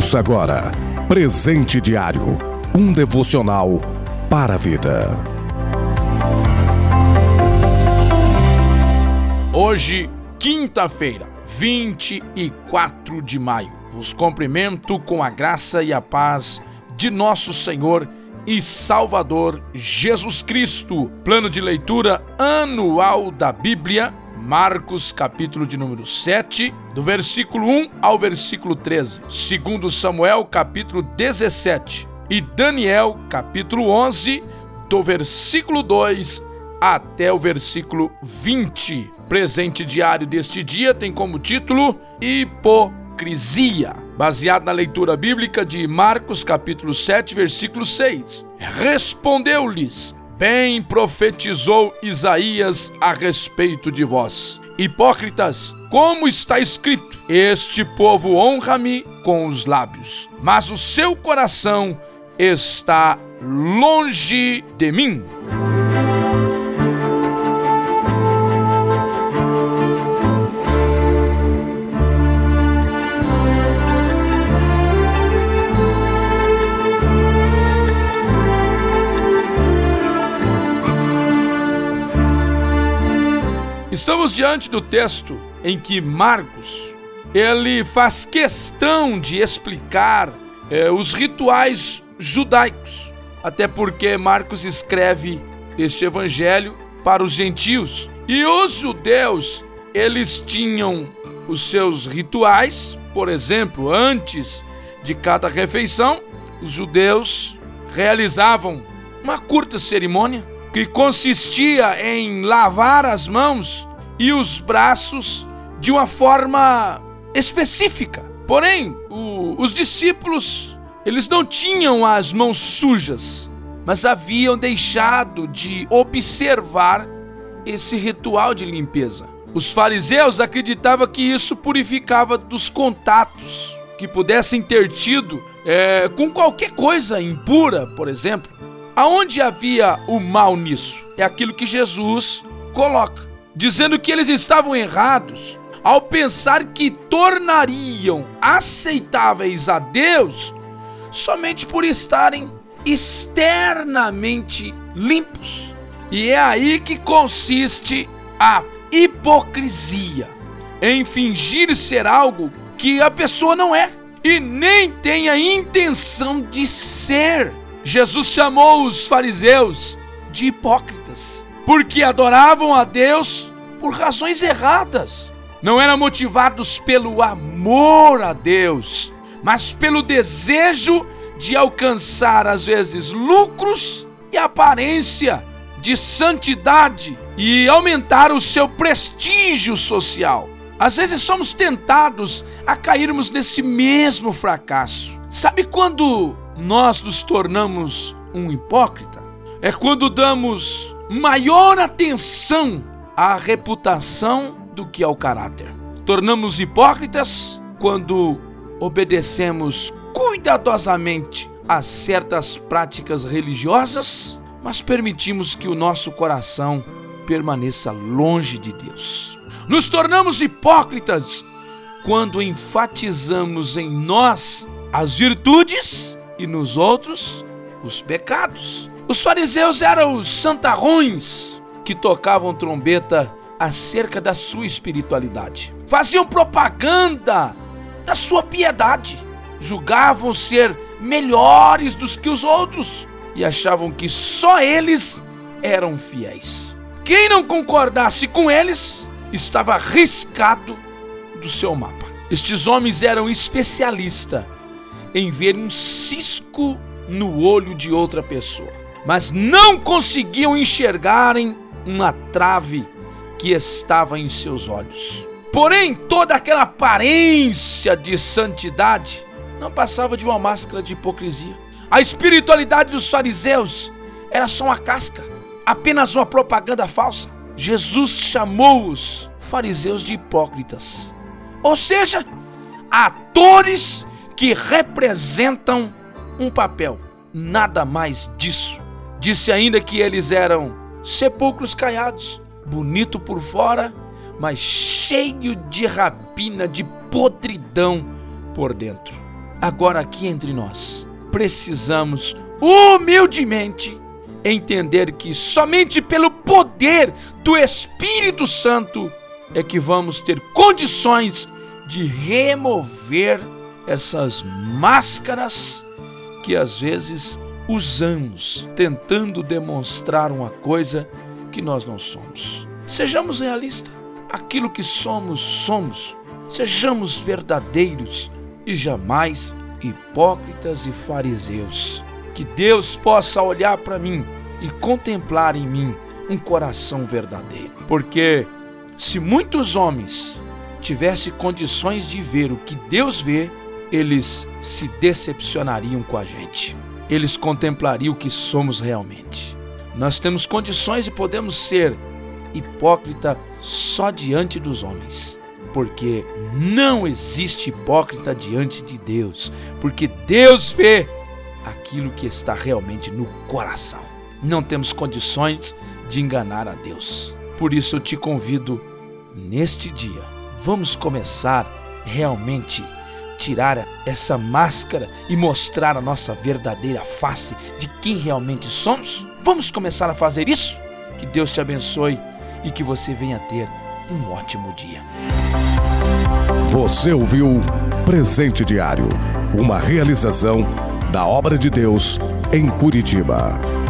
Ouça agora Presente Diário, um devocional para a vida. Hoje, quinta-feira, 24 de maio, vos cumprimento com a graça e a paz de nosso Senhor e Salvador Jesus Cristo. Plano de leitura anual da Bíblia, Marcos, capítulo de número 7, do versículo 1 ao versículo 13. 2 Samuel, capítulo 17. E Daniel, capítulo 11, do versículo 2 até o versículo 20. Presente diário deste dia tem como título Hipocrisia, baseado na leitura bíblica de Marcos, capítulo 7, versículo 6. Respondeu-lhes: bem profetizou Isaías a respeito de vós, hipócritas, como está escrito: este povo honra-me com os lábios, mas o seu coração está longe de mim. Estamos diante do texto em que Marcos, ele faz questão de explicar os rituais judaicos, até porque Marcos escreve este evangelho para os gentios. E os judeus, eles tinham os seus rituais. Por exemplo, antes de cada refeição, os judeus realizavam uma curta cerimônia que consistia em lavar as mãos e os braços de uma forma específica. Porém, os discípulos, eles não tinham as mãos sujas, mas haviam deixado de observar esse ritual de limpeza. Os fariseus acreditavam que isso purificava dos contatos que pudessem ter tido com qualquer coisa impura, por exemplo. Aonde havia o mal nisso? É aquilo que Jesus coloca, dizendo que eles estavam errados ao pensar que tornariam aceitáveis a Deus somente por estarem externamente limpos. E é aí que consiste a hipocrisia, em fingir ser algo que a pessoa não é e nem tem a intenção de ser. Jesus chamou os fariseus de hipócritas, porque adoravam a Deus por razões erradas. Não eram motivados pelo amor a Deus, mas pelo desejo de alcançar, às vezes, lucros e aparência de santidade e aumentar o seu prestígio social. Às vezes somos tentados a cairmos nesse mesmo fracasso. Sabe quando nós nos tornamos um hipócrita? É quando damos maior atenção à reputação do que ao caráter. Tornamos hipócritas quando obedecemos cuidadosamente a certas práticas religiosas, mas permitimos que o nosso coração permaneça longe de Deus. Nos tornamos hipócritas quando enfatizamos em nós as virtudes e nos outros os pecados. Os fariseus eram os santarrões que tocavam trombeta acerca da sua espiritualidade. Faziam propaganda da sua piedade. Julgavam ser melhores dos que os outros e achavam que só eles eram fiéis. Quem não concordasse com eles estava riscado do seu mapa. Estes homens eram especialistas em ver um cisco no olho de outra pessoa, mas não conseguiam enxergarem uma trave que estava em seus olhos. Porém, toda aquela aparência de santidade não passava de uma máscara de hipocrisia. A espiritualidade dos fariseus era só uma casca, apenas uma propaganda falsa. Jesus chamou os fariseus de hipócritas, ou seja, atores que representam um papel, nada mais disso. Disse ainda que eles eram sepulcros caiados, bonito por fora, mas cheio de rapina, de podridão por dentro. agora aqui entre nós, precisamos humildemente entender que somente pelo poder do Espírito Santo é que vamos ter condições de remover essas máscaras que às vezes usamos, tentando demonstrar uma coisa que nós não somos. Sejamos realistas. Aquilo que somos, somos. Sejamos verdadeiros e jamais hipócritas e fariseus. Que Deus possa olhar para mim e contemplar em mim um coração verdadeiro. Porque se muitos homens tivessem condições de ver o que Deus vê, eles se decepcionariam com a gente. Eles contemplariam o que somos realmente. Nós temos condições e podemos ser hipócrita só diante dos homens. Porque não existe hipócrita diante de Deus. Porque Deus vê aquilo que está realmente no coração. Não temos condições de enganar a Deus. Por isso eu te convido, neste dia, vamos começar realmente tirar essa máscara e mostrar a nossa verdadeira face de quem realmente somos? Vamos começar a fazer isso? Que Deus te abençoe e que você venha ter um ótimo dia. Você ouviu Presente Diário, uma realização da Obra de Deus em Curitiba.